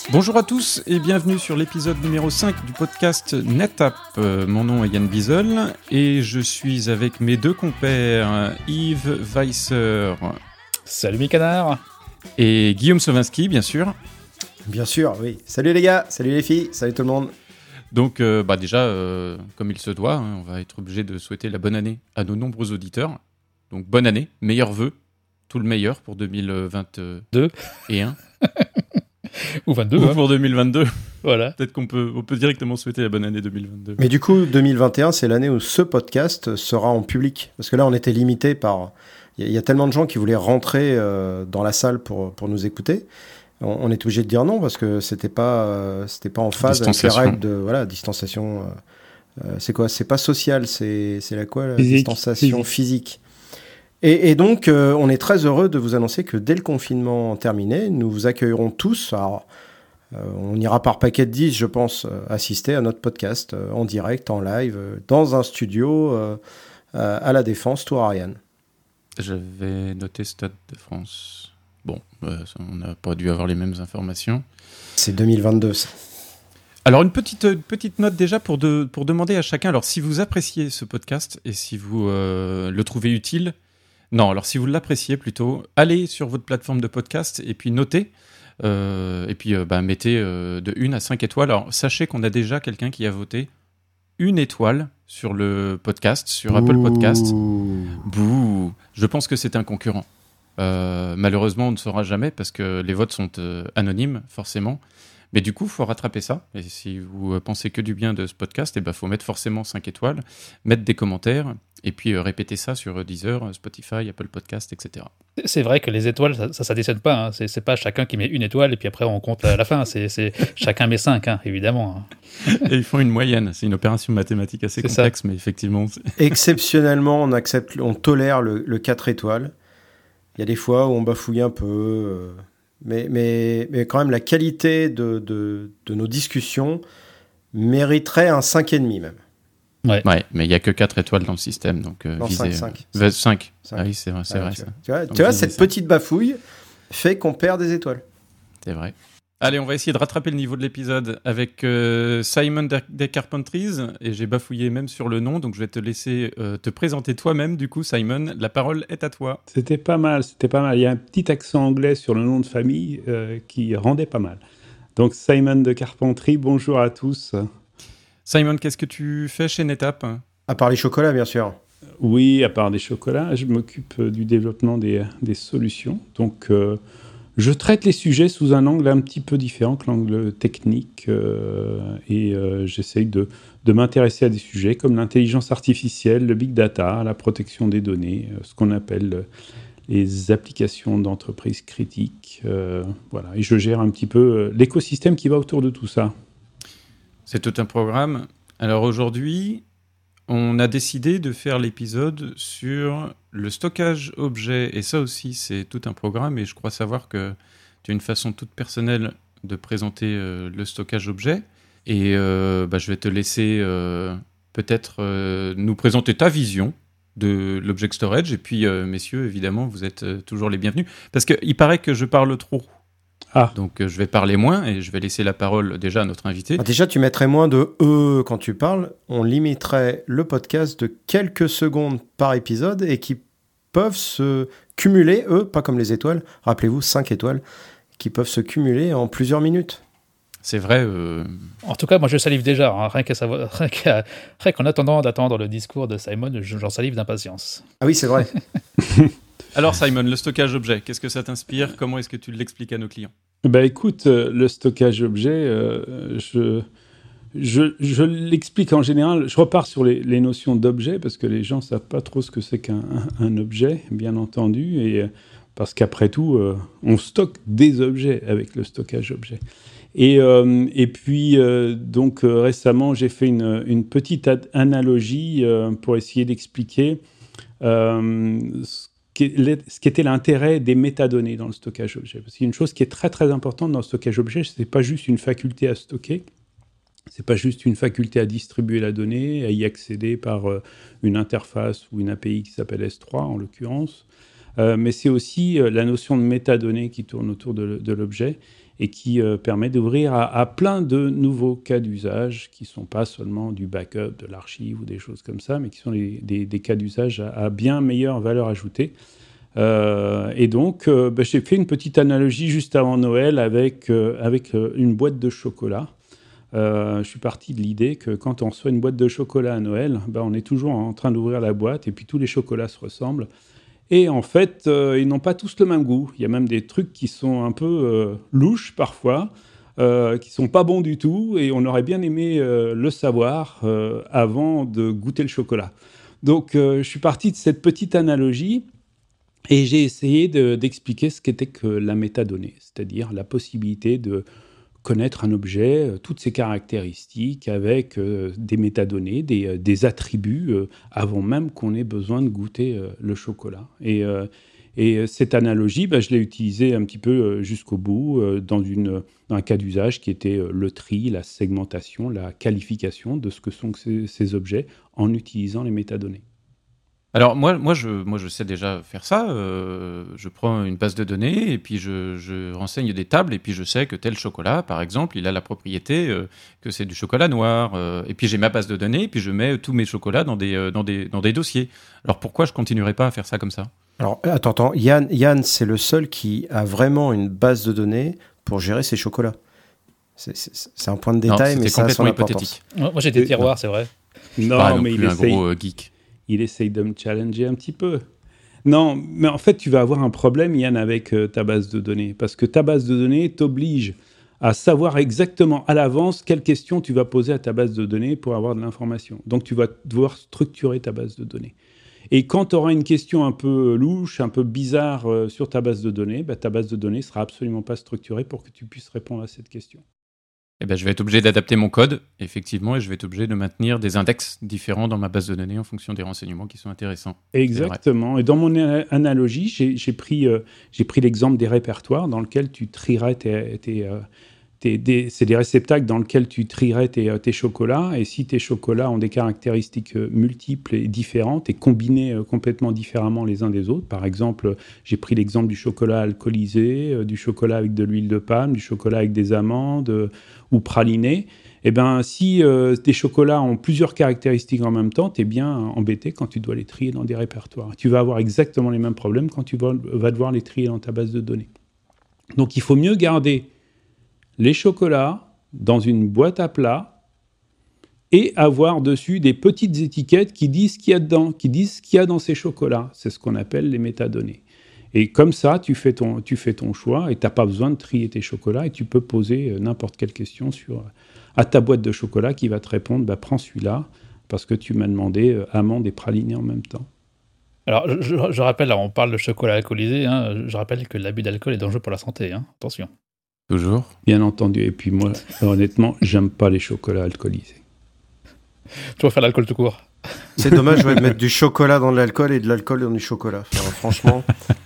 Bonjour à tous et bienvenue sur l'épisode numéro 5 du podcast NetApp. Mon nom est Yann Bizel et je suis avec mes deux compères Yves Weisser. Salut mes canards. Et Guillaume Sovinski, bien sûr. Bien sûr, oui. Salut les gars, salut les filles, salut tout le monde. Donc déjà, comme il se doit, on va être obligé de souhaiter la bonne année à nos nombreux auditeurs. Donc bonne année, meilleurs vœux, tout le meilleur pour 2022 et 1. Ou 22. Ou pour 2022. Voilà. Peut-être qu'on peut directement souhaiter la bonne année 2022. Mais du coup, 2021, c'est l'année où ce podcast sera en public. Parce que là, on était limité par... Il y a tellement de gens qui voulaient rentrer dans la salle pour nous écouter. On est obligé de dire non parce que c'était pas en phase avec les règles de distanciation. C'est quoi ? C'est pas social, c'est la quoi ? La distanciation physique. Et donc, on est très heureux de vous annoncer que dès le confinement terminé, nous vous accueillerons tous. Alors, on ira par paquet de 10, je pense, assister à notre podcast en direct, en live, dans un studio à La Défense, Tour Ariane. J'avais noté Stade de France. Bon, on n'a pas dû avoir les mêmes informations. C'est 2022, ça. Alors, une petite note déjà pour demander à chacun. Alors, si vous appréciez ce podcast et si vous le trouvez utile... Non, alors si vous l'appréciez plutôt, allez sur votre plateforme de podcast et puis notez. Et puis mettez de 1 à 5 étoiles. Alors, sachez qu'on a déjà quelqu'un qui a voté 1 étoile sur le podcast, sur Apple Podcast. Bouh. Je pense que c'est un concurrent. Malheureusement, on ne saura jamais parce que les votes sont anonymes, forcément. Mais du coup, il faut rattraper ça. Et si vous pensez que du bien de ce podcast, il faut mettre forcément 5 étoiles, mettre des commentaires, et puis répéter ça sur Deezer, Spotify, Apple Podcast, etc. C'est vrai que les étoiles, ça s'additionne pas. Hein. C'est pas chacun qui met 1 étoile, et puis après on compte à la fin. C'est chacun met 5, hein, évidemment. Et ils font une moyenne. C'est une opération mathématique assez complexe, mais effectivement... Exceptionnellement, on tolère le 4 étoiles. Il y a des fois où on bafouille un peu... Mais quand même, la qualité de nos discussions mériterait un 5,5 même. Ouais, mais il n'y a que 4 étoiles dans le système, donc visez... 5. Ah oui, c'est vrai, ça. Tu vois cette petite bafouille fait qu'on perd des étoiles. C'est vrai. Allez, on va essayer de rattraper le niveau de l'épisode avec Simon des Carpentries, et j'ai bafouillé même sur le nom, donc je vais te laisser te présenter toi-même. Du coup, Simon, la parole est à toi. C'était pas mal. Il y a un petit accent anglais sur le nom de famille qui rendait pas mal. Donc, Simon de Carpentries, bonjour à tous. Simon, qu'est-ce que tu fais chez NetApp ? À part les chocolats, bien sûr. Oui, à part des chocolats, je m'occupe du développement des solutions. Donc... je traite les sujets sous un angle un petit peu différent que l'angle technique et j'essaye de m'intéresser à des sujets comme l'intelligence artificielle, le big data, la protection des données, ce qu'on appelle les applications d'entreprise critiques. Voilà. Et je gère un petit peu l'écosystème qui va autour de tout ça. C'est tout un programme. Alors aujourd'hui, on a décidé de faire l'épisode sur le stockage objet. Et ça aussi, c'est tout un programme. Et je crois savoir que tu as une façon toute personnelle de présenter le stockage objet. Et je vais te laisser peut-être nous présenter ta vision de l'object storage. Et puis, messieurs, évidemment, vous êtes toujours les bienvenus. Parce qu'il paraît que je parle trop. Donc je vais parler moins et je vais laisser la parole déjà à notre invité. Déjà, tu mettrais moins de « quand tu parles. On limiterait le podcast de quelques secondes par épisode et qui peuvent se cumuler, pas comme les étoiles, rappelez-vous, 5 étoiles, qui peuvent se cumuler en plusieurs minutes. C'est vrai. En tout cas, moi je salive déjà, hein, rien qu'en attendant d'attendre le discours de Simon, j'en salive d'impatience. Ah oui, c'est vrai. Alors Simon, le stockage objet, qu'est-ce que ça t'inspire ? Comment est-ce que tu l'expliques à nos clients ? Écoute, le stockage objet, je l'explique en général. Je repars sur les notions d'objet parce que les gens ne savent pas trop ce que c'est qu'un objet, bien entendu, et parce qu'après tout, on stocke des objets avec le stockage objet. Et puis, récemment, j'ai fait une petite analogie pour essayer d'expliquer ce qu'était l'intérêt des métadonnées dans le stockage objet. Parce qu'il y a une chose qui est très très importante dans le stockage objet, ce n'est pas juste une faculté à stocker, ce n'est pas juste une faculté à distribuer la donnée, à y accéder par une interface ou une API qui s'appelle S3 en l'occurrence, mais c'est aussi la notion de métadonnées qui tourne autour de l'objet. et qui permet d'ouvrir à plein de nouveaux cas d'usage qui ne sont pas seulement du backup, de l'archive ou des choses comme ça, mais qui sont des cas d'usage à bien meilleure valeur ajoutée. Et donc, j'ai fait une petite analogie juste avant Noël avec une boîte de chocolat. Je suis parti de l'idée que quand on reçoit une boîte de chocolat à Noël, on est toujours en train d'ouvrir la boîte et puis tous les chocolats se ressemblent. Et en fait, ils n'ont pas tous le même goût. Il y a même des trucs qui sont un peu louches parfois, qui sont pas bons du tout, et on aurait bien aimé le savoir avant de goûter le chocolat. Donc, je suis parti de cette petite analogie et j'ai essayé d'expliquer ce qu'était que la métadonnée, c'est-à-dire la possibilité de connaître un objet, toutes ses caractéristiques, avec des métadonnées, des attributs, avant même qu'on ait besoin de goûter le chocolat. Et cette analogie, je l'ai utilisée un petit peu jusqu'au bout, dans un cas d'usage qui était le tri, la segmentation, la qualification de ce que sont ces objets en utilisant les métadonnées. Alors moi je sais déjà faire ça. Je prends une base de données et puis je renseigne des tables et puis je sais que tel chocolat, par exemple, il a la propriété que c'est du chocolat noir. Et puis j'ai ma base de données et puis je mets tous mes chocolats dans des dossiers. Alors pourquoi je continuerai pas à faire ça comme ça ? Alors attends, Yann, c'est le seul qui a vraiment une base de données pour gérer ses chocolats. C'est un point de détail, mais ça a son importance. Moi j'ai des tiroirs, c'est vrai. Non, mais il est un gros geek. Il essaye de me challenger un petit peu. Non, mais en fait, tu vas avoir un problème, Yann, avec ta base de données. Parce que ta base de données t'oblige à savoir exactement à l'avance quelles questions tu vas poser à ta base de données pour avoir de l'information. Donc, tu vas devoir structurer ta base de données. Et quand tu auras une question un peu louche, un peu bizarre sur ta base de données, ta base de données ne sera absolument pas structurée pour que tu puisses répondre à cette question. Je vais être obligé d'adapter mon code, effectivement, et je vais être obligé de maintenir des index différents dans ma base de données en fonction des renseignements qui sont intéressants. Exactement. Et dans mon analogie, j'ai pris l'exemple des répertoires dans lesquels tu trierais c'est des réceptacles dans lesquels tu trierais tes chocolats, et si tes chocolats ont des caractéristiques multiples et différentes et combinés complètement différemment les uns des autres, par exemple, j'ai pris l'exemple du chocolat alcoolisé, du chocolat avec de l'huile de palme, du chocolat avec des amandes ou praliné, si tes chocolats ont plusieurs caractéristiques en même temps, tu es bien embêté quand tu dois les trier dans des répertoires. Tu vas avoir exactement les mêmes problèmes quand tu vas devoir les trier dans ta base de données. Donc il faut mieux garder les chocolats dans une boîte à plats et avoir dessus des petites étiquettes qui disent ce qu'il y a dedans, qui disent ce qu'il y a dans ces chocolats. C'est ce qu'on appelle les métadonnées. Et comme ça, tu fais ton choix et tu n'as pas besoin de trier tes chocolats et tu peux poser n'importe quelle question à ta boîte de chocolat qui va te répondre « prends celui-là parce que tu m'as demandé amandes et praliné en même temps ». Alors, je rappelle, là, on parle de chocolat alcoolisé, je rappelle que l'abus d'alcool est dangereux pour la santé, attention. Toujours. Bien entendu. Et puis moi, honnêtement, j'aime pas les chocolats alcoolisés. Tu vas faire l'alcool tout court. C'est dommage, je vais mettre du chocolat dans de l'alcool et de l'alcool dans du chocolat. Enfin, franchement.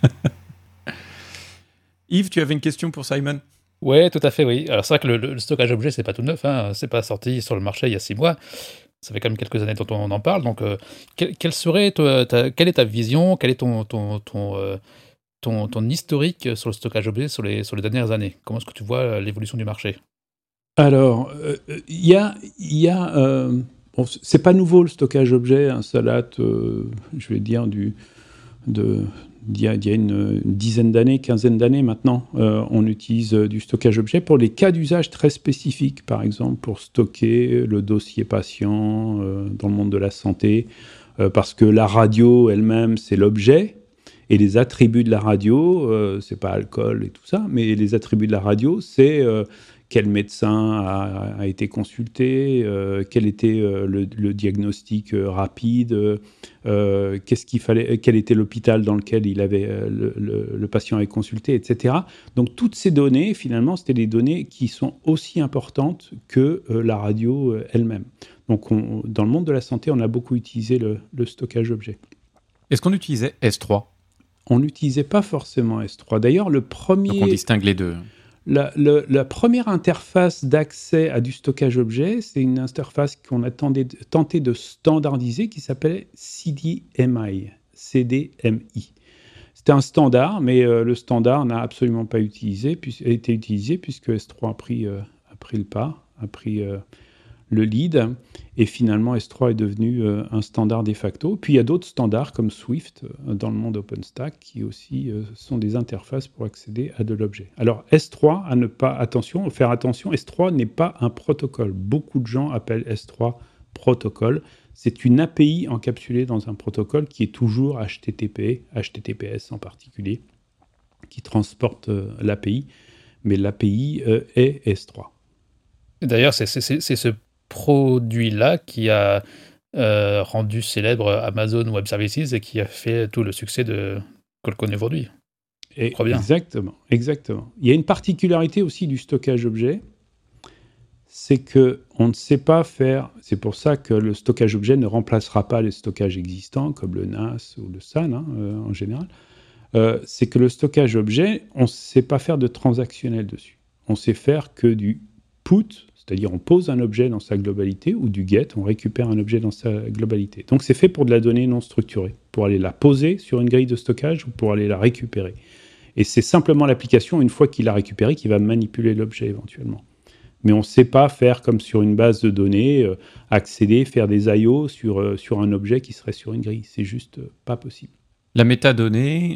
Yves, tu avais une question pour Simon ? Oui, tout à fait, oui. Alors c'est vrai que le stockage objet, c'est pas tout neuf, c'est pas sorti sur le marché il y a 6 mois. Ça fait quand même quelques années dont on en parle. Donc, quelle est ta vision ? Quel est ton historique sur le stockage objet sur les dernières années ? Comment est-ce que tu vois l'évolution du marché ? Alors, il y a c'est pas nouveau le stockage objet, ça date, je vais dire, il y a une dizaine d'années, quinzaine d'années maintenant, on utilise du stockage objet pour des cas d'usage très spécifiques, par exemple pour stocker le dossier patient dans le monde de la santé, parce que la radio elle-même, c'est l'objet. Et les attributs de la radio, c'est pas alcool et tout ça, mais les attributs de la radio, c'est quel médecin a été consulté, quel était le diagnostic rapide, quel était l'hôpital dans lequel le patient avait consulté, etc. Donc toutes ces données, finalement, c'était des données qui sont aussi importantes que la radio elle-même. Donc dans le monde de la santé, on a beaucoup utilisé le stockage objet. Est-ce qu'on utilisait S3 ? On n'utilisait pas forcément S3. D'ailleurs, donc on distingue les deux. La première interface d'accès à du stockage objet, c'est une interface qu'on a tenté de standardiser qui s'appelait CDMI. C'était un standard, mais le standard n'a absolument pas été utilisé puisque S3 a pris le pas, a pris le lead, et finalement S3 est devenu un standard de facto. Puis il y a d'autres standards comme Swift dans le monde OpenStack qui aussi sont des interfaces pour accéder à de l'objet. Alors S3, faire attention, S3 n'est pas un protocole. Beaucoup de gens appellent S3 protocole. C'est une API encapsulée dans un protocole qui est toujours HTTP, HTTPS en particulier, qui transporte l'API, mais l'API est S3. D'ailleurs, c'est ce produit-là qui a rendu célèbre Amazon Web Services et qui a fait tout le succès qu'on connaît aujourd'hui. Je crois bien. Exactement. Il y a une particularité aussi du stockage objet, c'est qu'on ne sait pas faire... C'est pour ça que le stockage objet ne remplacera pas les stockages existants, comme le NAS ou le SAN en général. C'est que le stockage objet, on ne sait pas faire de transactionnel dessus. On sait faire que du put, c'est-à-dire on pose un objet dans sa globalité, ou du get, on récupère un objet dans sa globalité. Donc c'est fait pour de la donnée non structurée, pour aller la poser sur une grille de stockage ou pour aller la récupérer. Et c'est simplement l'application, une fois qu'il l'a récupéré, qui va manipuler l'objet éventuellement. Mais on ne sait pas faire comme sur une base de données, accéder, faire des I/O sur un objet qui serait sur une grille. C'est juste pas possible. La métadonnée,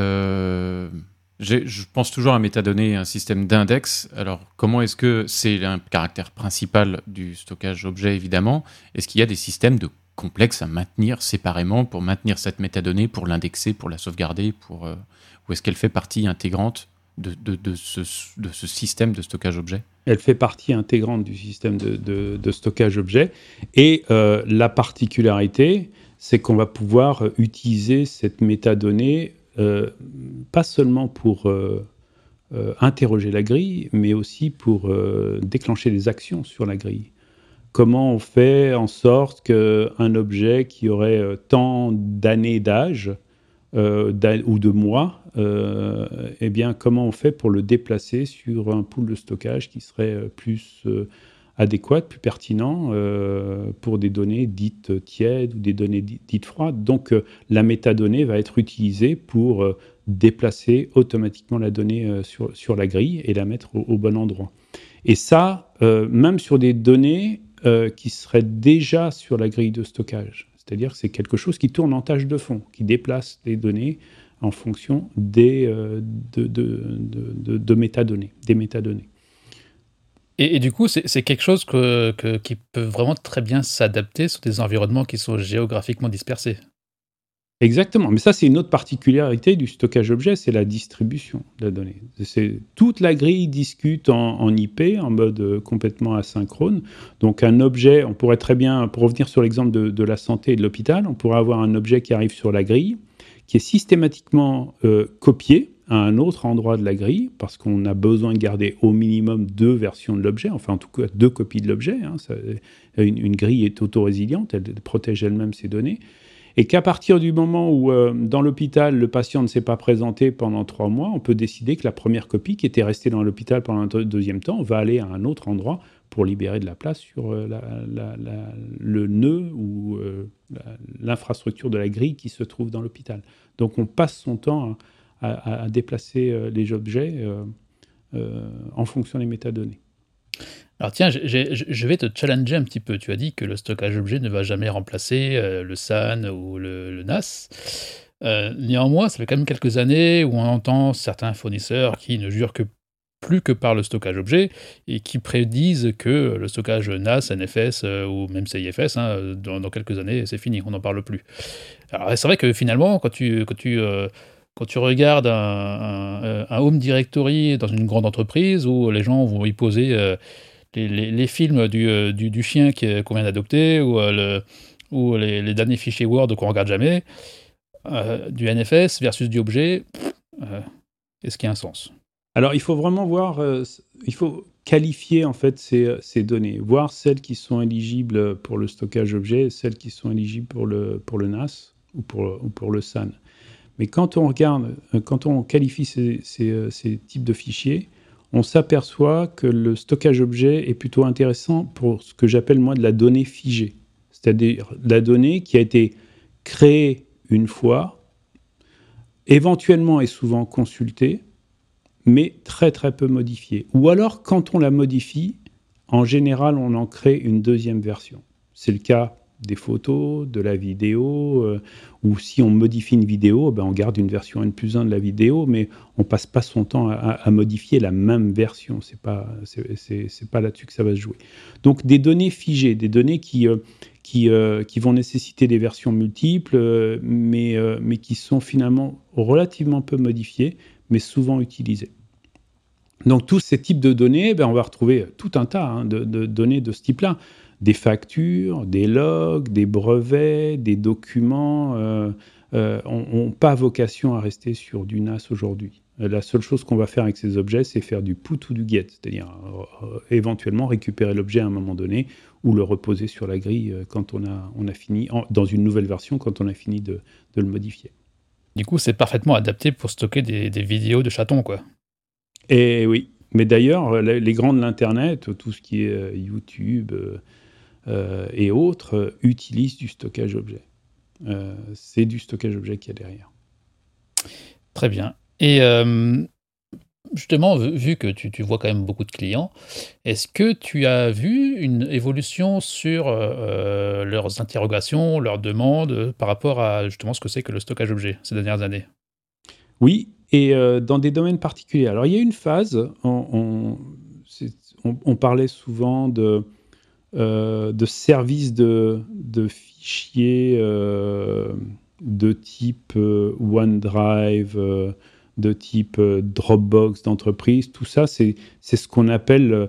je pense toujours à métadonnée, un système d'index. Alors, comment est-ce que c'est un caractère principal du stockage objet, évidemment? Est-ce qu'il y a des systèmes complexes à maintenir séparément pour maintenir cette métadonnée, pour l'indexer, pour la sauvegarder, ou est-ce qu'elle fait partie intégrante de ce système de stockage objet? Elle fait partie intégrante du système de stockage objet. Et la particularité, c'est qu'on va pouvoir utiliser cette métadonnée pas seulement pour interroger la grille, mais aussi pour déclencher des actions sur la grille. Comment on fait en sorte qu'un objet qui aurait tant d'années d'âge ou de mois, eh bien, comment on fait pour le déplacer sur un pool de stockage qui serait plus adéquat, plus pertinent pour des données dites tièdes ou des données dites froides. Donc, la métadonnée va être utilisée pour déplacer automatiquement la donnée sur la grille et la mettre au bon endroit. Et ça, même sur des données qui seraient déjà sur la grille de stockage. C'est-à-dire que c'est quelque chose qui tourne en tâche de fond, qui déplace les données en fonction de métadonnées, des métadonnées. Et du coup, c'est quelque chose qui peut vraiment très bien s'adapter sur des environnements qui sont géographiquement dispersés. Exactement, mais ça c'est une autre particularité du stockage objet, c'est la distribution de la donnée. Toute la grille discute en IP, en mode complètement asynchrone. Donc un objet, on pourrait très bien, pour revenir sur l'exemple de la santé et de l'hôpital, on pourrait avoir un objet qui arrive sur la grille, qui est systématiquement copié à un autre endroit de la grille, parce qu'on a besoin de garder au minimum 2 versions de l'objet, enfin en tout cas 2 copies de l'objet. Une grille est autorésiliente, elle protège elle-même ses données. Et qu'à partir du moment où, dans l'hôpital, le patient ne s'est pas présenté pendant 3 mois, on peut décider que la première copie, qui était restée dans l'hôpital pendant un deuxième temps, va aller à un autre endroit pour libérer de la place sur le nœud ou l'infrastructure de la grille qui se trouve dans l'hôpital. Donc on passe son temps à déplacer les objets en fonction des métadonnées. Alors tiens, je vais te challenger un petit peu. Tu as dit que le stockage objet ne va jamais remplacer le SAN ou le NAS. Néanmoins, ça fait quand même quelques années où on entend certains fournisseurs qui ne jurent plus que par le stockage objet et qui prédisent que le stockage NAS, NFS ou même CIFS, dans quelques années, c'est fini, on n'en parle plus. Alors c'est vrai que finalement, quand tu regardes un home directory dans une grande entreprise où les gens vont y poser les films du chien qu'on vient d'adopter ou les derniers fichiers Word qu'on ne regarde jamais, du NFS versus du objet, est-ce qu'il y a un sens? Alors il faut vraiment voir, il faut qualifier en fait ces données, voir celles qui sont éligibles pour le stockage objet et celles qui sont éligibles pour le NAS ou pour le SAN. Mais quand on qualifie ces types de fichiers, on s'aperçoit que le stockage objet est plutôt intéressant pour ce que j'appelle moi de la donnée figée. C'est-à-dire la donnée qui a été créée une fois, éventuellement et souvent consulté, mais très très peu modifié. Ou alors, quand on la modifie, en général, on en crée une deuxième version. C'est le cas des photos, de la vidéo, ou si on modifie une vidéo, on garde une version N+1 de la vidéo, mais on passe pas son temps à modifier la même version. C'est pas là-dessus que ça va se jouer. Donc des données figées, des données qui vont nécessiter des versions multiples, mais qui sont finalement relativement peu modifiées, mais souvent utilisées. Donc tous ces types de données, on va retrouver tout un tas de données de ce type-là. Des factures, des logs, des brevets, des documents n'ont pas vocation à rester sur du NAS aujourd'hui. La seule chose qu'on va faire avec ces objets, c'est faire du put ou du get, c'est-à-dire éventuellement récupérer l'objet à un moment donné ou le reposer sur la grille quand on a fini, dans une nouvelle version, quand on a fini de le modifier. Du coup, c'est parfaitement adapté pour stocker des vidéos de chatons, quoi. Et oui, mais d'ailleurs, les grands de l'Internet, tout ce qui est YouTube et autres, utilisent du stockage objet. C'est du stockage objet qu'il y a derrière. Très bien. Et justement, vu que tu vois quand même beaucoup de clients, est-ce que tu as vu une évolution sur leurs interrogations, leurs demandes par rapport à justement ce que c'est que le stockage objet ces dernières années? Oui, et dans des domaines particuliers. Alors, il y a une phase, on parlait souvent de services de fichiers de type OneDrive, de type Dropbox d'entreprise. Tout ça, c'est ce qu'on appelle...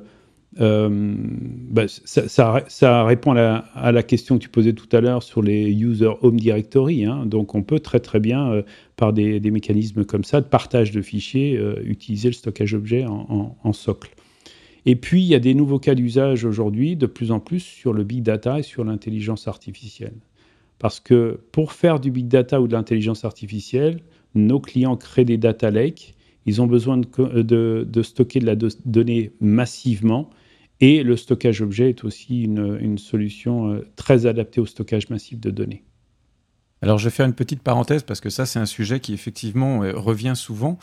ça répond à la question que tu posais tout à l'heure sur les User Home Directory. Donc, on peut très très bien, par des mécanismes comme ça, de partage de fichiers, utiliser le stockage objet en socle. Et puis, il y a des nouveaux cas d'usage aujourd'hui, de plus en plus, sur le big data et sur l'intelligence artificielle. Parce que pour faire du big data ou de l'intelligence artificielle, nos clients créent des data lakes. Ils ont besoin de stocker de la donnée massivement. Et le stockage objet est aussi une solution très adaptée au stockage massif de données. Alors, je vais faire une petite parenthèse parce que ça, c'est un sujet qui, effectivement, revient souvent.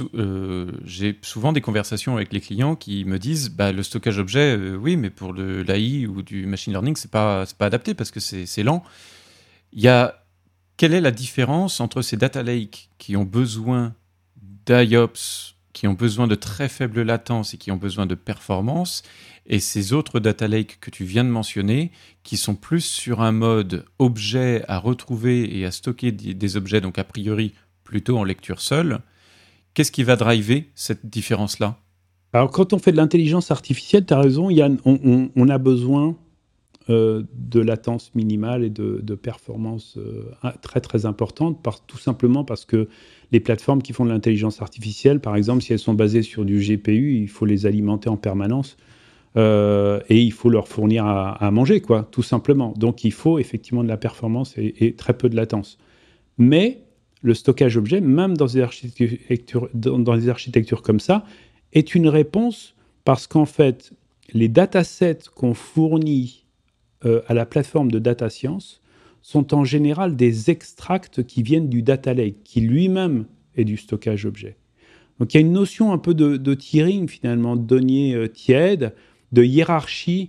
J'ai souvent des conversations avec les clients qui me disent le stockage objet, oui, mais pour l'AI ou du machine learning, c'est pas adapté parce que c'est lent. Quelle est la différence entre ces data lakes qui ont besoin d'IOPS, qui ont besoin de très faible latence et qui ont besoin de performance, et ces autres data lakes que tu viens de mentionner, qui sont plus sur un mode objet à retrouver et à stocker des objets, donc a priori plutôt en lecture seule. Qu'est-ce qui va driver cette différence-là ? Alors, quand on fait de l'intelligence artificielle, tu as raison, on a besoin de latence minimale et de performance très très importante, tout simplement parce que les plateformes qui font de l'intelligence artificielle, par exemple, si elles sont basées sur du GPU, il faut les alimenter en permanence. Et il faut leur fournir à manger, quoi, tout simplement. Donc, il faut effectivement de la performance et très peu de latence. Mais le stockage objet, même dans des architectures comme ça, est une réponse parce qu'en fait, les datasets qu'on fournit à la plateforme de data science sont en général des extracts qui viennent du data lake, qui lui-même est du stockage objet. Donc, il y a une notion un peu de tiering, finalement, de données tièdes, de hiérarchie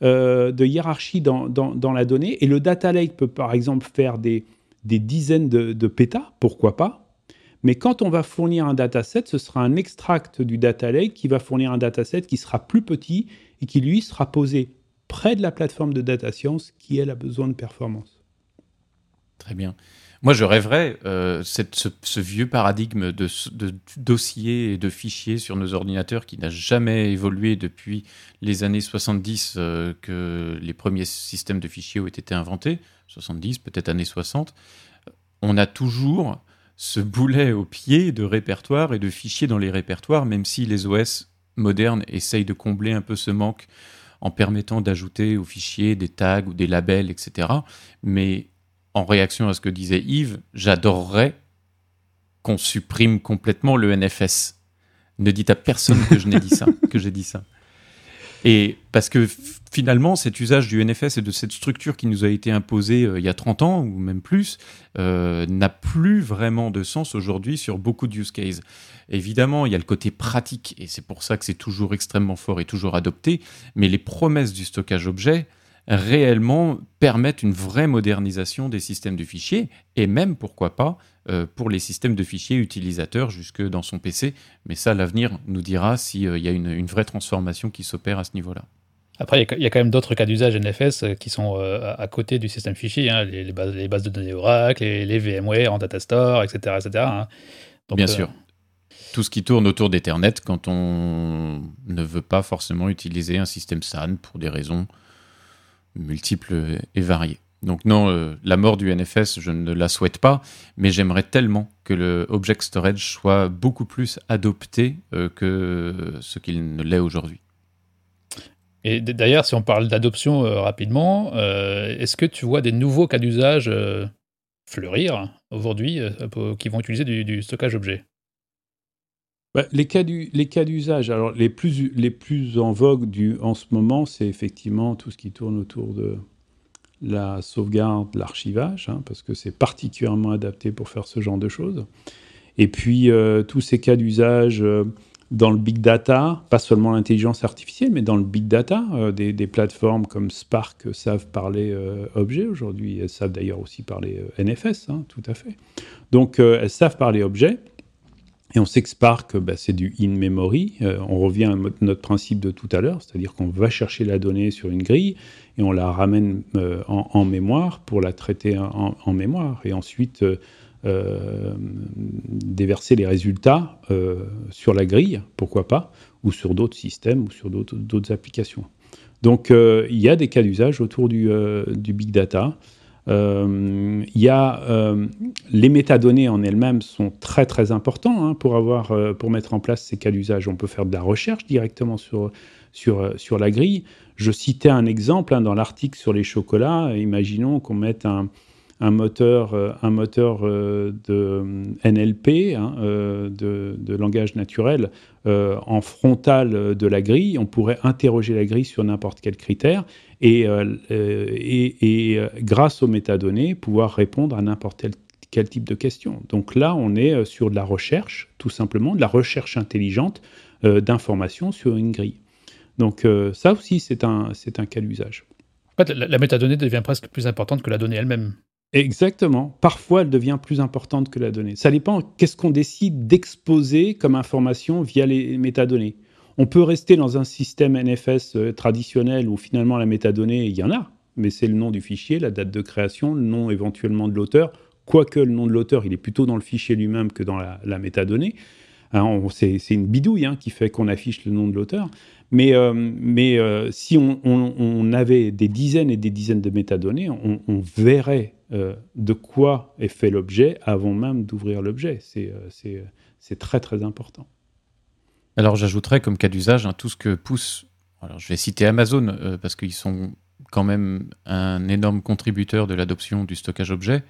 dans la donnée. Et le data lake peut, par exemple, faire des dizaines de pétas, pourquoi pas. Mais quand on va fournir un dataset, ce sera un extract du data lake qui va fournir un dataset qui sera plus petit et qui, lui, sera posé près de la plateforme de data science qui, elle, a besoin de performance. Très bien. Moi, je rêverais ce vieux paradigme de dossiers et de fichiers sur nos ordinateurs qui n'a jamais évolué depuis les années 70 que les premiers systèmes de fichiers ont été inventés, 70, peut-être années 60. On a toujours ce boulet au pied de répertoires et de fichiers dans les répertoires, même si les OS modernes essayent de combler un peu ce manque en permettant d'ajouter aux fichiers des tags ou des labels, etc. Mais en réaction à ce que disait Yves, j'adorerais qu'on supprime complètement le NFS. Ne dites à personne que je n'ai dit ça, que j'ai dit ça. Et parce que finalement, cet usage du NFS et de cette structure qui nous a été imposée il y a 30 ans ou même plus n'a plus vraiment de sens aujourd'hui sur beaucoup de use cases. Évidemment, il y a le côté pratique et c'est pour ça que c'est toujours extrêmement fort et toujours adopté, mais les promesses du stockage objet réellement permettent une vraie modernisation des systèmes de fichiers et même, pourquoi pas, pour les systèmes de fichiers utilisateurs jusque dans son PC. Mais ça, l'avenir nous dira s'il y a une vraie transformation qui s'opère à ce niveau-là. Après, il y a quand même d'autres cas d'usage NFS qui sont à côté du système fichier, hein, les bases de données Oracle, les VMware en data store, etc. hein. Donc, bien sûr. Tout ce qui tourne autour d'Ethernet quand on ne veut pas forcément utiliser un système SAN pour des raisons multiples et variées. Donc non, la mort du NFS, je ne la souhaite pas, mais j'aimerais tellement que le Object Storage soit beaucoup plus adopté que ce qu'il ne l'est aujourd'hui. Et d'ailleurs, si on parle d'adoption rapidement, est-ce que tu vois des nouveaux cas d'usage fleurir aujourd'hui qui vont utiliser du stockage objet ? Les cas d'usage, alors les plus en vogue en ce moment, c'est effectivement tout ce qui tourne autour de la sauvegarde, l'archivage, hein, parce que c'est particulièrement adapté pour faire ce genre de choses. Et puis tous ces cas d'usage dans le big data, pas seulement l'intelligence artificielle, mais dans le big data, des plateformes comme Spark savent parler objet aujourd'hui. Elles savent d'ailleurs aussi parler NFS, hein, tout à fait. Donc elles savent parler objet. Et on sait que Spark, c'est du in-memory. On revient à notre principe de tout à l'heure, c'est-à-dire qu'on va chercher la donnée sur une grille et on la ramène en mémoire pour la traiter en mémoire. Et ensuite, déverser les résultats sur la grille, pourquoi pas, ou sur d'autres systèmes ou sur d'autres applications. Donc, il y a des cas d'usage autour du big data. Il y a les métadonnées en elles-mêmes sont très très importants hein, pour mettre en place ces cas d'usage. On peut faire de la recherche directement sur la grille. Je citais un exemple hein, dans l'article sur les chocolats. Imaginons qu'on mette un moteur de NLP, hein, de langage naturel, en frontal de la grille. On pourrait interroger la grille sur n'importe quel critère et grâce aux métadonnées, pouvoir répondre à n'importe quel type de question. Donc là, on est sur de la recherche, tout simplement, de la recherche intelligente d'informations sur une grille. Donc ça aussi, c'est un cas d'usage. En fait, la métadonnée devient presque plus importante que la donnée elle-même. Exactement. Parfois, elle devient plus importante que la donnée. Ça dépend qu'est-ce qu'on décide d'exposer comme information via les métadonnées. On peut rester dans un système NFS traditionnel où finalement la métadonnée, il y en a, mais c'est le nom du fichier, la date de création, le nom éventuellement de l'auteur, quoique le nom de l'auteur, il est plutôt dans le fichier lui-même que dans la métadonnée. Hein, c'est une bidouille hein, qui fait qu'on affiche le nom de l'auteur. Mais si on avait des dizaines et des dizaines de métadonnées, on verrait de quoi est fait l'objet avant même d'ouvrir l'objet. C'est très, très important. Alors, j'ajouterais comme cas d'usage tout ce que pousse... Alors, je vais citer Amazon, parce qu'ils sont quand même un énorme contributeur de l'adoption du stockage objet,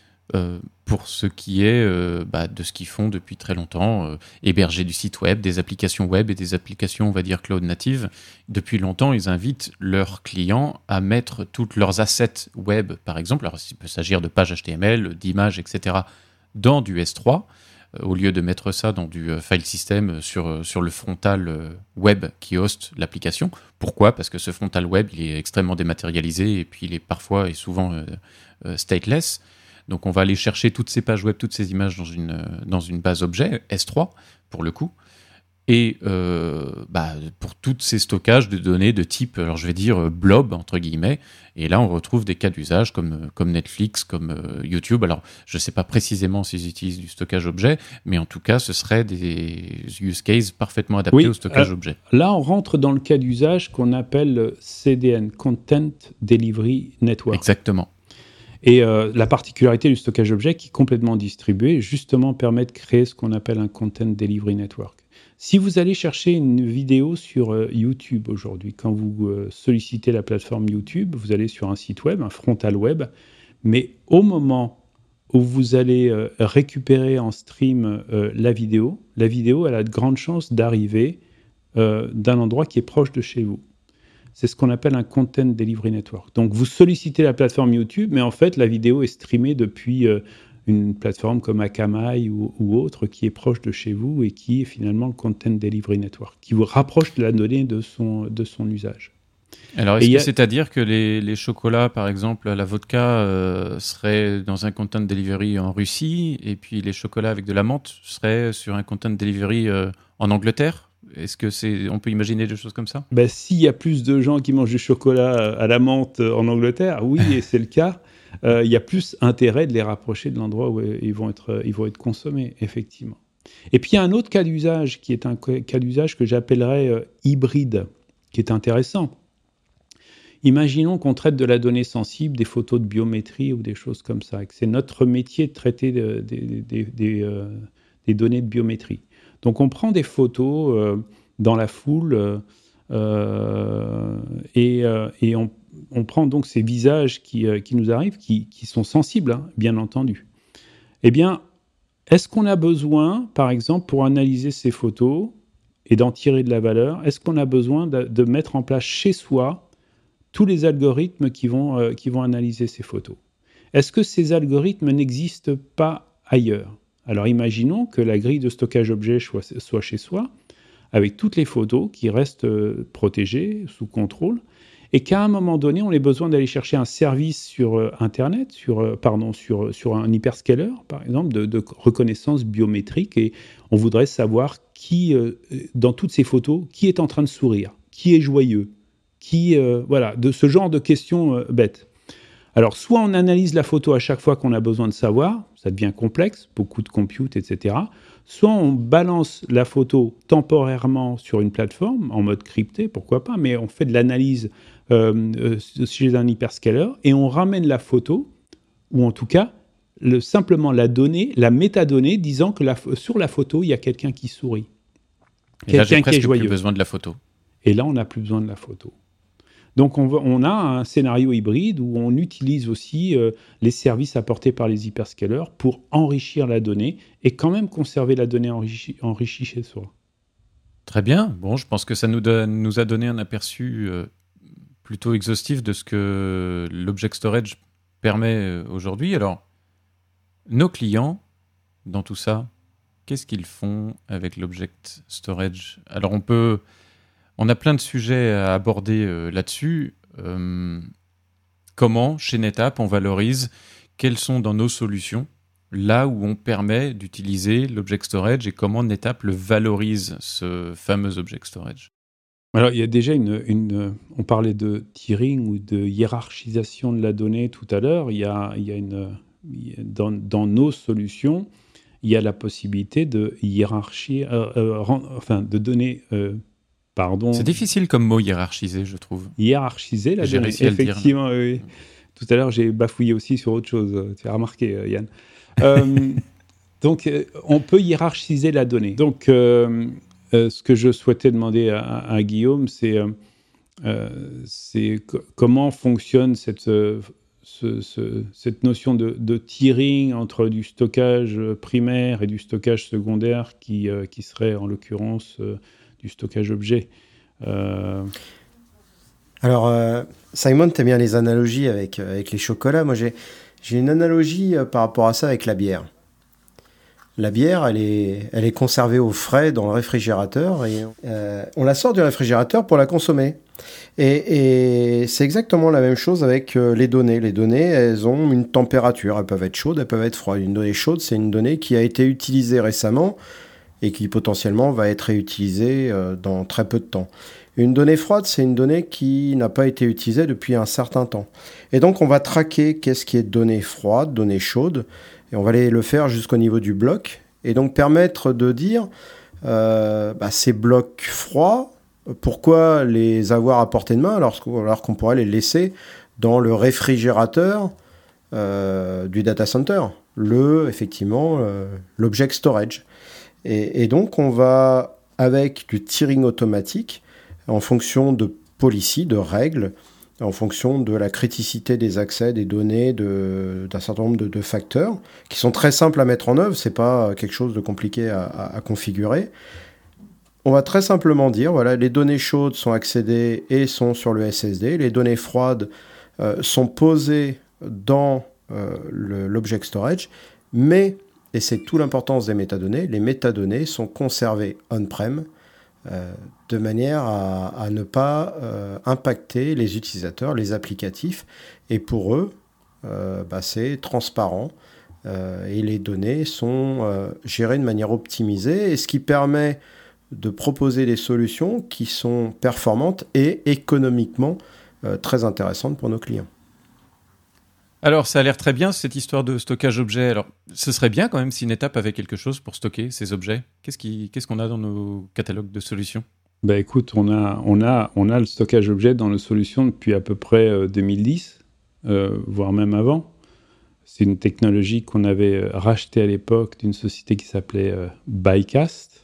pour ce qui est de ce qu'ils font depuis très longtemps, héberger du site web, des applications web et des applications, on va dire, cloud native. Depuis longtemps, ils invitent leurs clients à mettre toutes leurs assets web, par exemple, alors il peut s'agir de pages HTML, d'images, etc., dans du S3, au lieu de mettre ça dans du file system sur le frontal web qui hoste l'application. Pourquoi ? Parce que ce frontal web, il est extrêmement dématérialisé et puis il est parfois et souvent stateless. Donc on va aller chercher toutes ces pages web, toutes ces images dans une base objet, S3 pour le coup, et pour tous ces stockages de données de type, alors je vais dire blob entre guillemets, et là on retrouve des cas d'usage comme Netflix, comme YouTube. Alors je ne sais pas précisément s'ils utilisent du stockage objet, mais en tout cas ce seraient des use cases parfaitement adaptés au stockage objet. Là on rentre dans le cas d'usage qu'on appelle CDN, Content Delivery Network. Exactement. Et la particularité du stockage objet qui est complètement distribué, justement, permet de créer ce qu'on appelle un Content Delivery Network. Si vous allez chercher une vidéo sur YouTube aujourd'hui, quand vous sollicitez la plateforme YouTube, vous allez sur un site web, un frontal web, mais au moment où vous allez récupérer en stream la vidéo, elle a de grandes chances d'arriver d'un endroit qui est proche de chez vous. c'est ce qu'on appelle un Content Delivery Network. Donc, vous sollicitez la plateforme YouTube, mais en fait, la vidéo est streamée depuis une plateforme comme Akamai ou autre qui est proche de chez vous et qui est finalement le Content Delivery Network, qui vous rapproche de la donnée de son usage. Alors, est-ce que c'est-à-dire que les chocolats, par exemple, la vodka, seraient dans un Content Delivery en Russie, et puis les chocolats avec de la menthe seraient sur un Content Delivery en Angleterre ? Est-ce que on peut imaginer des choses comme ça ? S'il y a plus de gens qui mangent du chocolat à la menthe en Angleterre, oui, et c'est le cas, il y a plus intérêt de les rapprocher de l'endroit où ils vont être consommés, effectivement. Et puis, il y a un autre cas d'usage qui est un cas d'usage que j'appellerais hybride, qui est intéressant. Imaginons qu'on traite de la donnée sensible, des photos de biométrie ou des choses comme ça, et que c'est notre métier de traiter des données de biométrie. Donc, on prend des photos dans la foule et on prend donc ces visages qui nous arrivent, qui sont sensibles, hein, bien entendu. Eh bien, est-ce qu'on a besoin, par exemple, pour analyser ces photos et d'en tirer de la valeur, est-ce qu'on a besoin de mettre en place chez soi tous les algorithmes qui vont analyser ces photos ? Est-ce que ces algorithmes n'existent pas ailleurs ? Alors, imaginons que la grille de stockage objet soit chez soi, avec toutes les photos qui restent protégées, sous contrôle, et qu'à un moment donné, on ait besoin d'aller chercher un service sur Internet, sur un hyperscaler, par exemple, de reconnaissance biométrique, et on voudrait savoir dans toutes ces photos, qui est en train de sourire, qui est joyeux, de ce genre de questions bêtes. Alors, soit on analyse la photo à chaque fois qu'on a besoin de savoir, ça devient complexe, beaucoup de compute, etc. Soit on balance la photo temporairement sur une plateforme, en mode crypté, pourquoi pas, mais on fait de l'analyse chez un hyperscaler et on ramène la photo, ou en tout cas, simplement la donnée, la métadonnée, disant que sur la photo, il y a quelqu'un qui sourit. Et là, j'ai presque plus besoin de la photo. Et là, on n'a plus besoin de la photo. Donc, on a un scénario hybride où on utilise aussi les services apportés par les hyperscalers pour enrichir la donnée et quand même conserver la donnée enrichie chez soi. Très bien. Bon, je pense que ça nous a donné un aperçu plutôt exhaustif de ce que l'Object Storage permet aujourd'hui. Alors, nos clients, dans tout ça, qu'est-ce qu'ils font avec l'Object Storage ? Alors, on a plein de sujets à aborder là-dessus. Comment, chez NetApp, on valorise quelles sont dans nos solutions là où on permet d'utiliser l'Object Storage et comment NetApp le valorise, ce fameux Object Storage. Alors, il y a déjà on parlait de tiering ou de hiérarchisation de la donnée tout à l'heure. Dans nos solutions, il y a la possibilité de hiérarchier, de donner... C'est difficile comme mot, hiérarchiser, je trouve. Hiérarchiser la donnée, effectivement, oui. Tout à l'heure, j'ai bafouillé aussi sur autre chose. Tu as remarqué, Yann. Donc, on peut hiérarchiser la donnée. Donc, ce que je souhaitais demander à Guillaume, c'est comment fonctionne cette notion de tiering entre du stockage primaire et du stockage secondaire qui serait, en l'occurrence... du stockage objet. Alors, Simon, tu aimes bien les analogies avec les chocolats. Moi, j'ai une analogie par rapport à ça avec la bière. La bière, elle est conservée au frais dans le réfrigérateur et on la sort du réfrigérateur pour la consommer. Et c'est exactement la même chose avec les données. Les données, elles ont une température. Elles peuvent être chaudes, elles peuvent être froides. Une donnée chaude, c'est une donnée qui a été utilisée récemment et qui potentiellement va être réutilisée dans très peu de temps. Une donnée froide, c'est une donnée qui n'a pas été utilisée depuis un certain temps. Et donc, on va traquer qu'est-ce qui est donnée froide, donnée chaude, et on va aller le faire jusqu'au niveau du bloc, et donc permettre de dire, ces blocs froids, pourquoi les avoir à portée de main alors qu'on pourrait les laisser dans le réfrigérateur du data center, l'object storage. Et donc, on va, avec du tiering automatique, en fonction de policy, de règles, en fonction de la criticité des accès, des données, d'un certain nombre de facteurs, qui sont très simples à mettre en œuvre, ce n'est pas quelque chose de compliqué à configurer. On va très simplement dire, voilà, les données chaudes sont accédées et sont sur le SSD. Les données froides sont posées dans l'object storage, mais, et c'est toute l'importance des métadonnées, les métadonnées sont conservées on-prem de manière à ne pas impacter les utilisateurs, les applicatifs. Et pour eux, c'est transparent et les données sont gérées de manière optimisée, et ce qui permet de proposer des solutions qui sont performantes et économiquement très intéressantes pour nos clients. Alors, ça a l'air très bien, cette histoire de stockage objet. Alors, ce serait bien quand même si NetApp avait quelque chose pour stocker ces objets. Qu'est-ce qu'on a dans nos catalogues de solutions ? Bah écoute, on a le stockage objet dans nos solutions depuis à peu près 2010, voire même avant. C'est une technologie qu'on avait rachetée à l'époque d'une société qui s'appelait Bycast.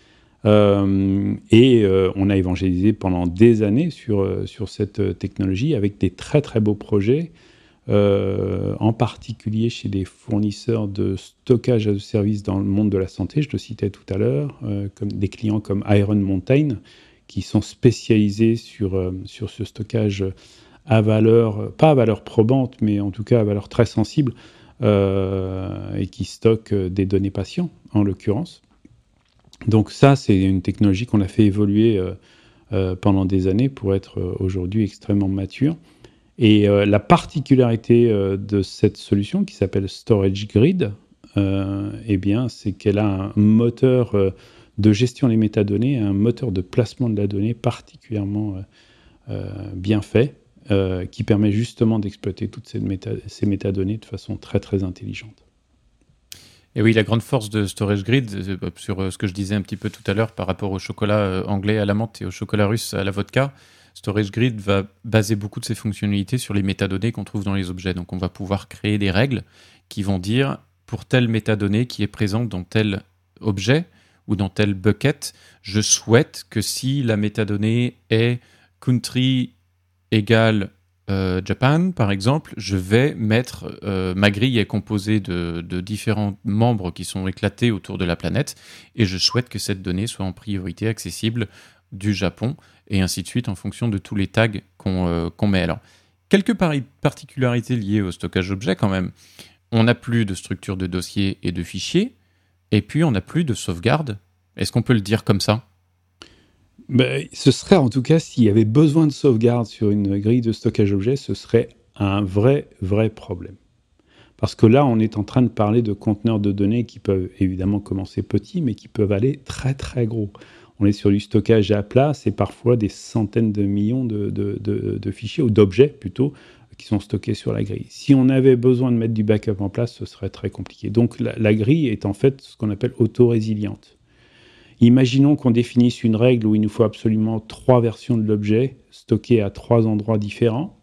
On a évangélisé pendant des années sur cette technologie avec des très très beaux projets, en particulier chez des fournisseurs de stockage as a service dans le monde de la santé, je le citais tout à l'heure, comme des clients comme Iron Mountain, qui sont spécialisés sur ce stockage à valeur, pas à valeur probante, mais en tout cas à valeur très sensible, et qui stockent des données patients, en l'occurrence. Donc ça, c'est une technologie qu'on a fait évoluer pendant des années pour être aujourd'hui extrêmement mature. Et la particularité de cette solution, qui s'appelle Storage Grid, c'est qu'elle a un moteur de gestion des métadonnées, un moteur de placement de la donnée particulièrement bien fait, qui permet justement d'exploiter toutes ces métadonnées de façon très très intelligente. Et oui, la grande force de Storage Grid, sur ce que je disais un petit peu tout à l'heure par rapport au chocolat anglais à la menthe et au chocolat russe à la vodka, Storage Grid va baser beaucoup de ses fonctionnalités sur les métadonnées qu'on trouve dans les objets. Donc on va pouvoir créer des règles qui vont dire, pour telle métadonnée qui est présente dans tel objet ou dans tel bucket, je souhaite que si la métadonnée est country égale Japan, par exemple, je vais mettre ma grille est composée de différents membres qui sont éclatés autour de la planète, et je souhaite que cette donnée soit en priorité accessible du Japon, et ainsi de suite en fonction de tous les tags qu'on met. Alors, quelques particularités liées au stockage objet quand même. On n'a plus de structure de dossier et de fichiers, et puis on n'a plus de sauvegarde. Est-ce qu'on peut le dire comme ça ? Ce serait en tout cas, s'il y avait besoin de sauvegarde sur une grille de stockage objet, ce serait un vrai problème. Parce que là, on est en train de parler de conteneurs de données qui peuvent évidemment commencer petits, mais qui peuvent aller très très gros. On est sur du stockage à plat, c'est parfois des centaines de millions de fichiers, ou d'objets plutôt, qui sont stockés sur la grille. Si on avait besoin de mettre du backup en place, ce serait très compliqué. Donc la grille est en fait ce qu'on appelle auto-résiliente. Imaginons qu'on définisse une règle où il nous faut absolument 3 versions de l'objet stockées à 3 endroits différents,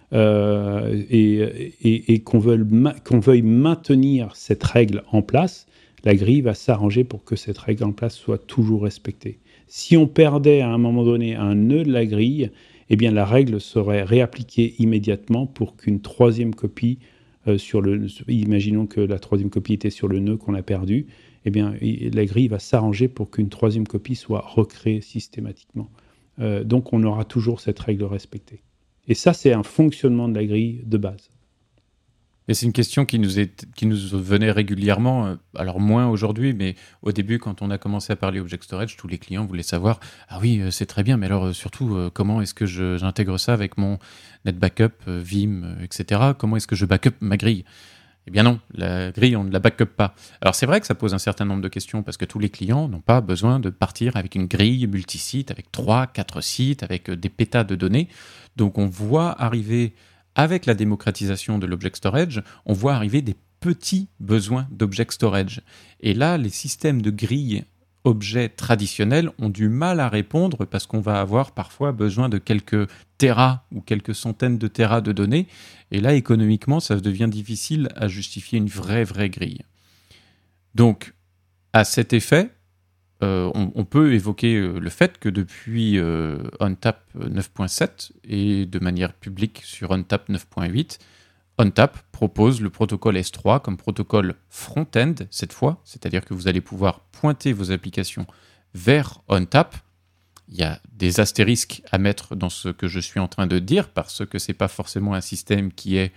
et qu'on veuille maintenir cette règle en place. La grille va s'arranger pour que cette règle en place soit toujours respectée. Si on perdait à un moment donné un nœud de la grille, eh bien la règle serait réappliquée immédiatement pour qu'une troisième copie imaginons que la troisième copie était sur le nœud qu'on a perdu, eh bien la grille va s'arranger pour qu'une troisième copie soit recréée systématiquement. Donc on aura toujours cette règle respectée. Et ça, c'est un fonctionnement de la grille de base. Et c'est une question qui nous venait régulièrement, alors moins aujourd'hui, mais au début, quand on a commencé à parler Object Storage, tous les clients voulaient savoir « Ah oui, c'est très bien, mais alors surtout, comment est-ce que j'intègre ça avec mon NetBackup, Vim, etc. Comment est-ce que je backup ma grille ?» Eh bien non, la grille, on ne la backup pas. Alors c'est vrai que ça pose un certain nombre de questions, parce que tous les clients n'ont pas besoin de partir avec une grille multisite, avec 3, 4 sites, avec des pétas de données. Donc on voit arriver... Avec la démocratisation de l'object storage, on voit arriver des petits besoins d'object storage. Et là, les systèmes de grilles objets traditionnels ont du mal à répondre parce qu'on va avoir parfois besoin de quelques terras ou quelques centaines de terras de données. Et là, économiquement, ça devient difficile à justifier une vraie grille. Donc, à cet effet, on peut évoquer le fait que depuis ONTAP 9.7 et de manière publique sur ONTAP 9.8, ONTAP propose le protocole S3 comme protocole front-end cette fois, c'est-à-dire que vous allez pouvoir pointer vos applications vers ONTAP. Il y a des astérisques à mettre dans ce que je suis en train de dire, parce que ce n'est pas forcément un système qui est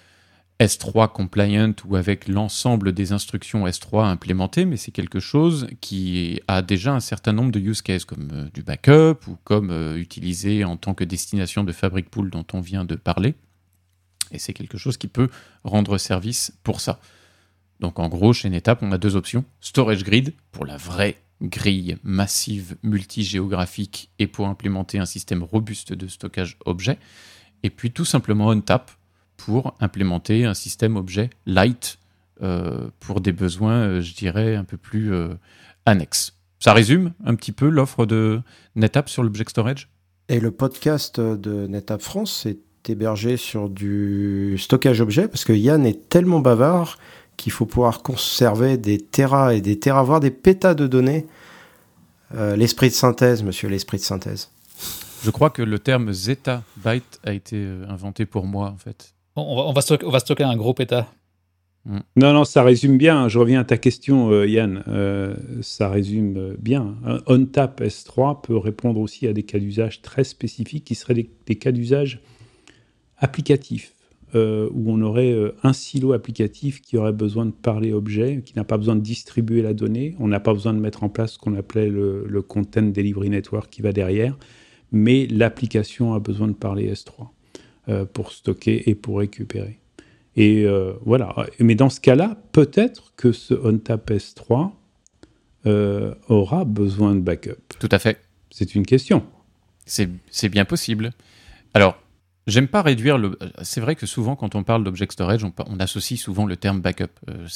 S3 compliant ou avec l'ensemble des instructions S3 implémentées, mais c'est quelque chose qui a déjà un certain nombre de use cases, comme du backup ou comme utilisé en tant que destination de fabric pool dont on vient de parler. Et c'est quelque chose qui peut rendre service pour ça. Donc en gros, chez NetApp, on a deux options. Storage Grid, pour la vraie grille massive multigéographique et pour implémenter un système robuste de stockage objet. Et puis tout simplement ONTAP, pour implémenter un système objet light pour des besoins, je dirais, un peu plus annexes. Ça résume un petit peu l'offre de NetApp sur l'Object Storage. Et le podcast de NetApp France est hébergé sur du stockage objet, parce que Yann est tellement bavard qu'il faut pouvoir conserver des terras et des terras, voire des pétas de données. L'esprit de synthèse, monsieur, l'esprit de synthèse. Je crois que le terme zettabyte a été inventé pour moi, en fait. On va stocker un gros péta. Non, ça résume bien. Je reviens à ta question, Yann. Ça résume bien. ONTAP S3 peut répondre aussi à des cas d'usage très spécifiques qui seraient des cas d'usage applicatifs, où on aurait un silo applicatif qui aurait besoin de parler objet, qui n'a pas besoin de distribuer la donnée. On n'a pas besoin de mettre en place ce qu'on appelait le Content Delivery Network qui va derrière, mais l'application a besoin de parler S3 pour stocker et pour récupérer. Et voilà. Mais dans ce cas-là, peut-être que ce ONTAP S3 aura besoin de backup. Tout à fait. C'est une question. C'est bien possible. Alors, j'aime pas réduire le... C'est vrai que souvent, quand on parle d'Object Storage, on associe souvent le terme backup.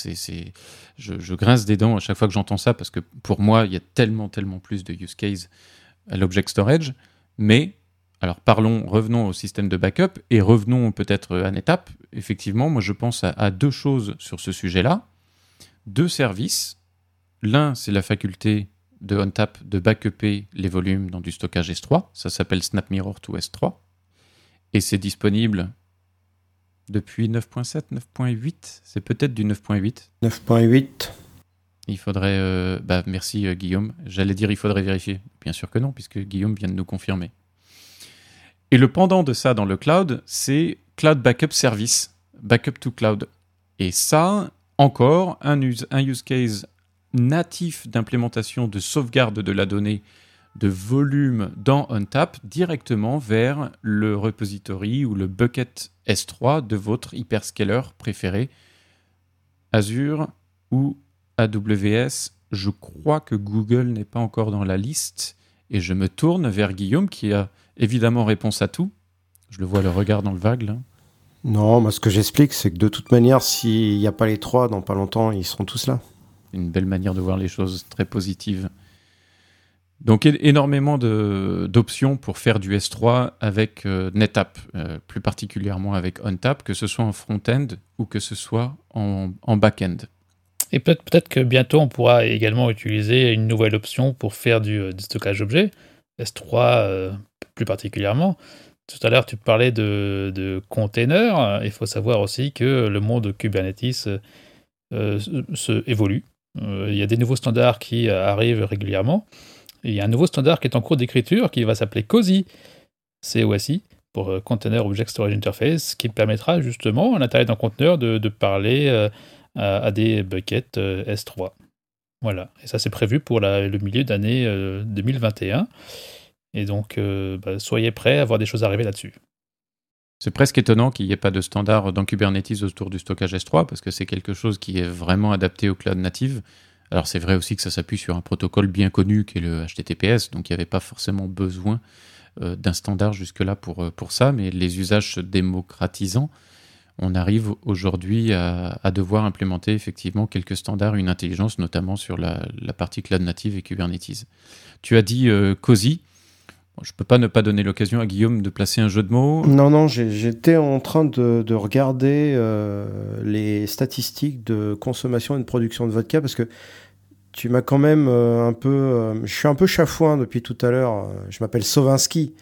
Je grince des dents à chaque fois que j'entends ça, parce que pour moi, il y a tellement plus de use cases à l'Object Storage. Mais, alors revenons au système de backup, et revenons peut-être à NetApp. Effectivement, moi je pense à deux choses sur ce sujet-là. Deux services. L'un, c'est la faculté de ONTAP de backuper les volumes dans du stockage S3. Ça s'appelle SnapMirror to S3. Et c'est disponible depuis 9.7, 9.8. C'est peut-être du 9.8. 9.8. Il faudrait... merci Guillaume. J'allais dire il faudrait vérifier. Bien sûr que non, puisque Guillaume vient de nous confirmer. Et le pendant de ça dans le cloud, c'est Cloud Backup Service, Backup to Cloud. Et ça, encore, un use case natif d'implémentation de sauvegarde de la donnée de volume dans ONTAP directement vers le repository ou le bucket S3 de votre hyperscaler préféré, Azure ou AWS. Je crois que Google n'est pas encore dans la liste, et je me tourne vers Guillaume qui a évidemment réponse à tout. Je le vois le regard dans le vague là. Non, moi ce que j'explique, c'est que de toute manière, s'il n'y a pas les trois, dans pas longtemps, ils seront tous là. Une belle manière de voir les choses, très positive. Donc énormément d'options pour faire du S3 avec NetApp, plus particulièrement avec ONTAP, que ce soit en front-end ou que ce soit en back-end. Et peut-être que bientôt on pourra également utiliser une nouvelle option pour faire du stockage objet, S3 plus particulièrement. Tout à l'heure tu parlais de containers. Il faut savoir aussi que le monde Kubernetes évolue. Il y a des nouveaux standards qui arrivent régulièrement. Et il y a un nouveau standard qui est en cours d'écriture qui va s'appeler COSI, C-O-S-I, pour Container Object Storage Interface, qui permettra justement à l'intérieur d'un conteneur de parler à des buckets S3. Voilà. Et ça, c'est prévu pour le milieu d'année 2021. Et donc, soyez prêts à voir des choses arriver là-dessus. C'est presque étonnant qu'il n'y ait pas de standard dans Kubernetes autour du stockage S3, parce que c'est quelque chose qui est vraiment adapté au cloud native. Alors c'est vrai aussi que ça s'appuie sur un protocole bien connu qui est le HTTPS, donc il n'y avait pas forcément besoin d'un standard jusque-là pour ça, mais les usages se démocratisant, on arrive aujourd'hui à devoir implémenter effectivement quelques standards, une intelligence, notamment sur la partie cloud native et Kubernetes. Tu as dit COSI. Je ne peux pas ne pas donner l'occasion à Guillaume de placer un jeu de mots. Non, j'étais en train de regarder les statistiques de consommation et de production de vodka, parce que tu m'as quand même je suis un peu chafouin depuis tout à l'heure. Je m'appelle Sowiński.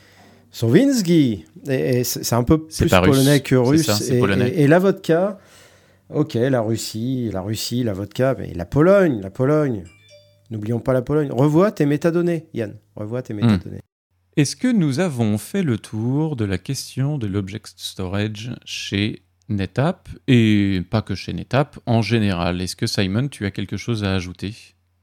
Et c'est un peu plus polonais que russe. C'est ça, c'est polonais. Et la vodka, ok, la Russie, la vodka, mais la Pologne. N'oublions pas la Pologne. Revois tes métadonnées, Yann. Revois tes métadonnées. Est-ce que nous avons fait le tour de la question de l'object storage chez NetApp, et pas que chez NetApp, en général? Est-ce que, Simon, tu as quelque chose à ajouter?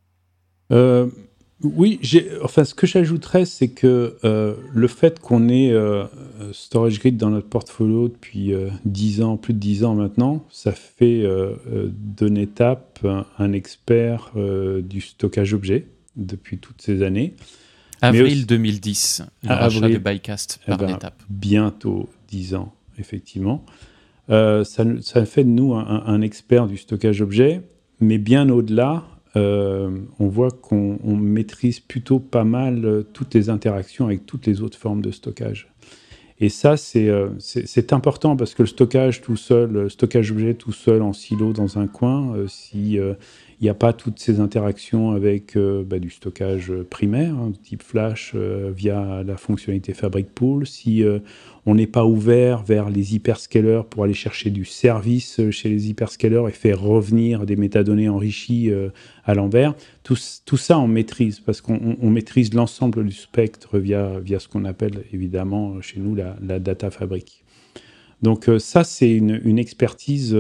Oui, ce que j'ajouterais, c'est que le fait qu'on ait StorageGRID dans notre portfolio depuis 10 ans, plus de 10 ans maintenant, ça fait de NetApp un expert du stockage objet depuis toutes ces années. Avril 2010, le rachat de Bycast par NetApp. Bientôt 10 ans, effectivement. Ça fait de nous un expert du stockage objet, mais bien au-delà, on voit qu'on maîtrise plutôt pas mal toutes les interactions avec toutes les autres formes de stockage. Et ça, c'est important parce que le stockage tout seul, le stockage objet tout seul en silo dans un coin, si il n'y a pas toutes ces interactions avec du stockage primaire, type flash, via la fonctionnalité Fabric Pool, si on n'est pas ouvert vers les hyperscalers pour aller chercher du service chez les hyperscalers et faire revenir des métadonnées enrichies à l'envers, tout ça on maîtrise, parce qu'on maîtrise l'ensemble du spectre via ce qu'on appelle évidemment chez nous la data fabric. Donc ça, c'est une expertise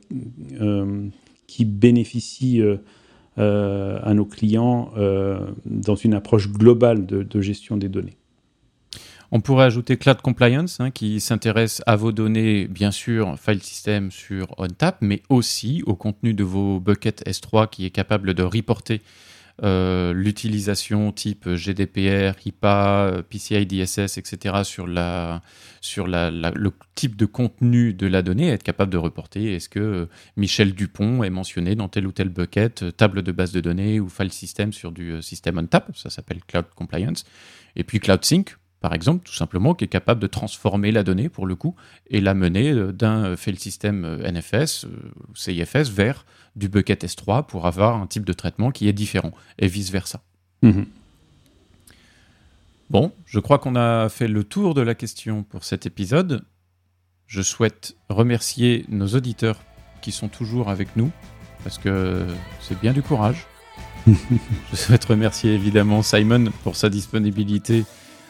qui bénéficie à nos clients dans une approche globale de gestion des données. On pourrait ajouter Cloud Compliance, qui s'intéresse à vos données, bien sûr, file system sur ONTAP, mais aussi au contenu de vos buckets S3 qui est capable de reporter l'utilisation type GDPR, HIPAA, PCI DSS, etc. sur le type de contenu de la donnée, être capable de reporter est-ce que Michel Dupont est mentionné dans tel ou tel bucket, table de base de données ou file system sur du système ONTAP, ça s'appelle Cloud Compliance. Et puis Cloud Sync, par exemple, tout simplement, qui est capable de transformer la donnée, pour le coup, et la mener d'un file system NFS, CIFS, vers du bucket S3 pour avoir un type de traitement qui est différent, et vice-versa. Mm-hmm. Bon, je crois qu'on a fait le tour de la question pour cet épisode. Je souhaite remercier nos auditeurs qui sont toujours avec nous, parce que c'est bien du courage. Je souhaite remercier évidemment Simon pour sa disponibilité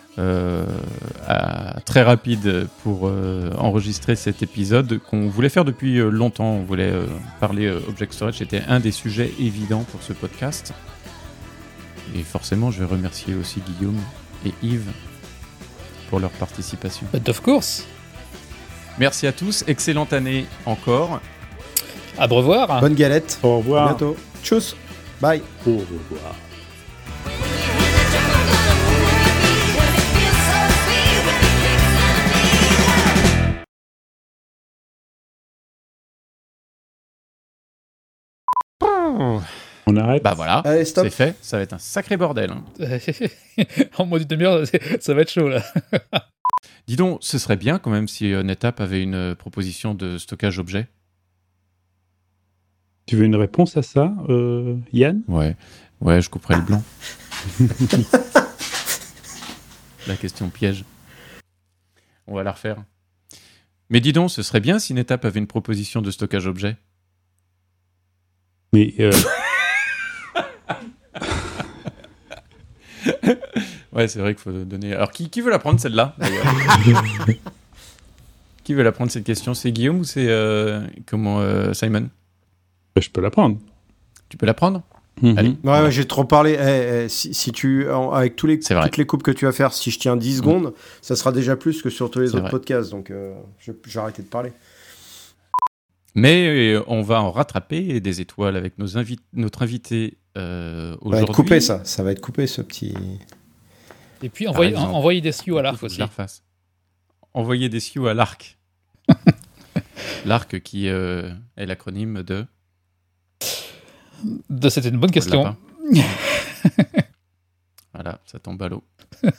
très rapide pour enregistrer cet épisode qu'on voulait faire depuis longtemps. On voulait parler Object Storage, c'était un des sujets évidents pour ce podcast. Et forcément, je vais remercier aussi Guillaume et Yves pour leur participation. But of course. Merci à tous, excellente année encore. À revoir. Bonne galette. Au revoir. À bientôt. Tchuss. Bye. Au revoir. On arrête. Bah voilà, Allez, stop. c'est fait. Ça va être un sacré bordel. En moins d'une demi-heure, ça va être chaud là. Dis donc, ce serait bien quand même si NetApp avait une proposition de stockage objet. Tu veux une réponse à ça, Yann ? Ouais, je couperai le blanc. La question piège. On va la refaire. Mais dis donc, ce serait bien si NetApp avait une proposition de stockage objet. Mais ouais, c'est vrai qu'il faut donner. Alors, qui veut la prendre celle-là d'ailleurs? Qui veut la prendre cette question? C'est Guillaume ou c'est Simon? Je peux la prendre. Tu peux la prendre? Mm-hmm. Allez. Ouais, j'ai trop parlé. Si tu, avec toutes les coupes que tu vas faire, si je tiens 10 secondes, ça sera déjà plus que sur tous les autres podcasts. Donc, j'ai arrêté de parler. Mais on va en rattraper des étoiles avec notre invité aujourd'hui. Ça va être coupé, ça va être coupé, ce petit... Et puis envoyer des sioux à l'arc aussi. Envoyer des sioux à l'arc. L'arc qui est l'acronyme de... C'était une bonne question. Voilà, ça tombe à l'eau.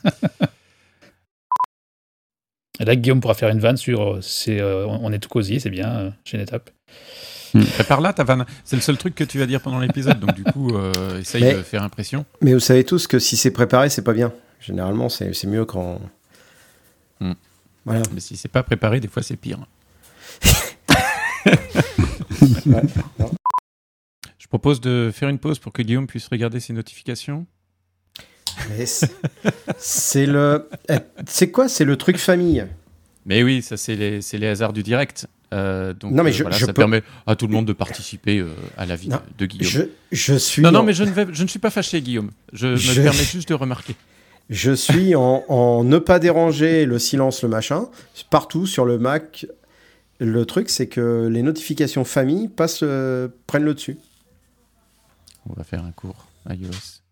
Et là, Guillaume pourra faire une vanne sur on est tout cosy, c'est bien, chez NetApp. Prépare-la, ta vanne. C'est le seul truc que tu vas dire pendant l'épisode, donc du coup, essaye de faire impression. Mais vous savez tous que si c'est préparé, c'est pas bien. Généralement, c'est mieux quand... Voilà. Mais si c'est pas préparé, des fois, c'est pire. Je propose de faire une pause pour que Guillaume puisse regarder ses notifications. Mais c'est le... C'est quoi? C'est le truc famille. Mais oui, ça c'est les hasards du direct. Donc, non, mais ça permet à tout le monde de participer à la vie de Guillaume. Je suis non, mais je ne suis pas fâché, Guillaume. Je me permets juste de remarquer. Je suis en ne pas déranger le silence, le machin, partout sur le Mac. Le truc, c'est que les notifications famille prennent le dessus. On va faire un cours iOS.